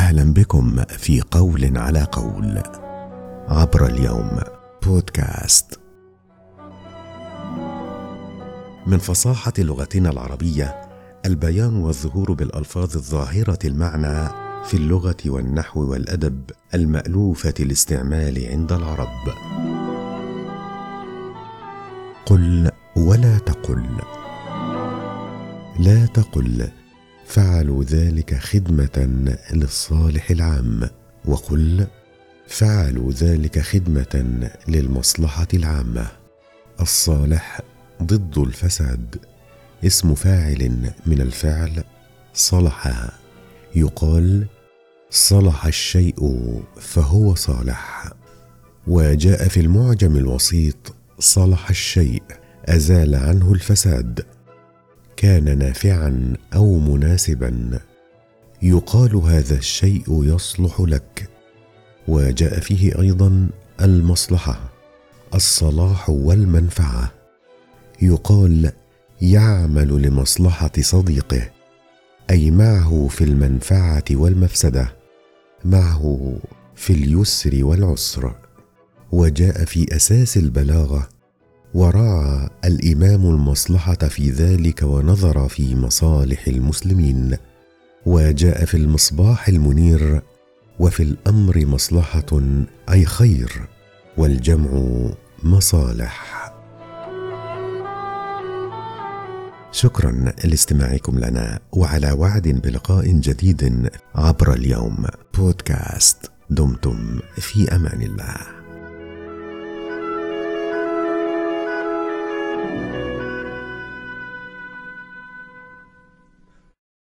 أهلا بكم في قول على قول عبر اليوم بودكاست. من فصاحة لغتنا العربية البيان والظهور بالألفاظ الظاهرة المعنى في اللغة والنحو والأدب المألوفة الاستعمال عند العرب. قل ولا تقل. لا تقل فعلوا ذلك خدمة للصالح العام، وقل فعلوا ذلك خدمة للمصلحة العامة. الصالح ضد الفساد، اسم فاعل من الفعل صلح. يقال صلح الشيء فهو صالح. وجاء في المعجم الوسيط صلح الشيء أزال عنه الفساد، كان نافعا أو مناسبا. يقال هذا الشيء يصلح لك. وجاء فيه أيضا المصلحة، الصلاح والمنفعة. يقال يعمل لمصلحة صديقه، أي معه في المنفعة والمفسدة، معه في اليسر والعسر. وجاء في أساس البلاغة وراعى الإمام المصلحة في ذلك ونظر في مصالح المسلمين. وجاء في المصباح المنير وفي الأمر مصلحة أي خير، والجمع مصالح. شكرا لاستماعكم لنا، وعلى وعد بلقاء جديد عبر اليوم بودكاست. دمتم في أمان الله.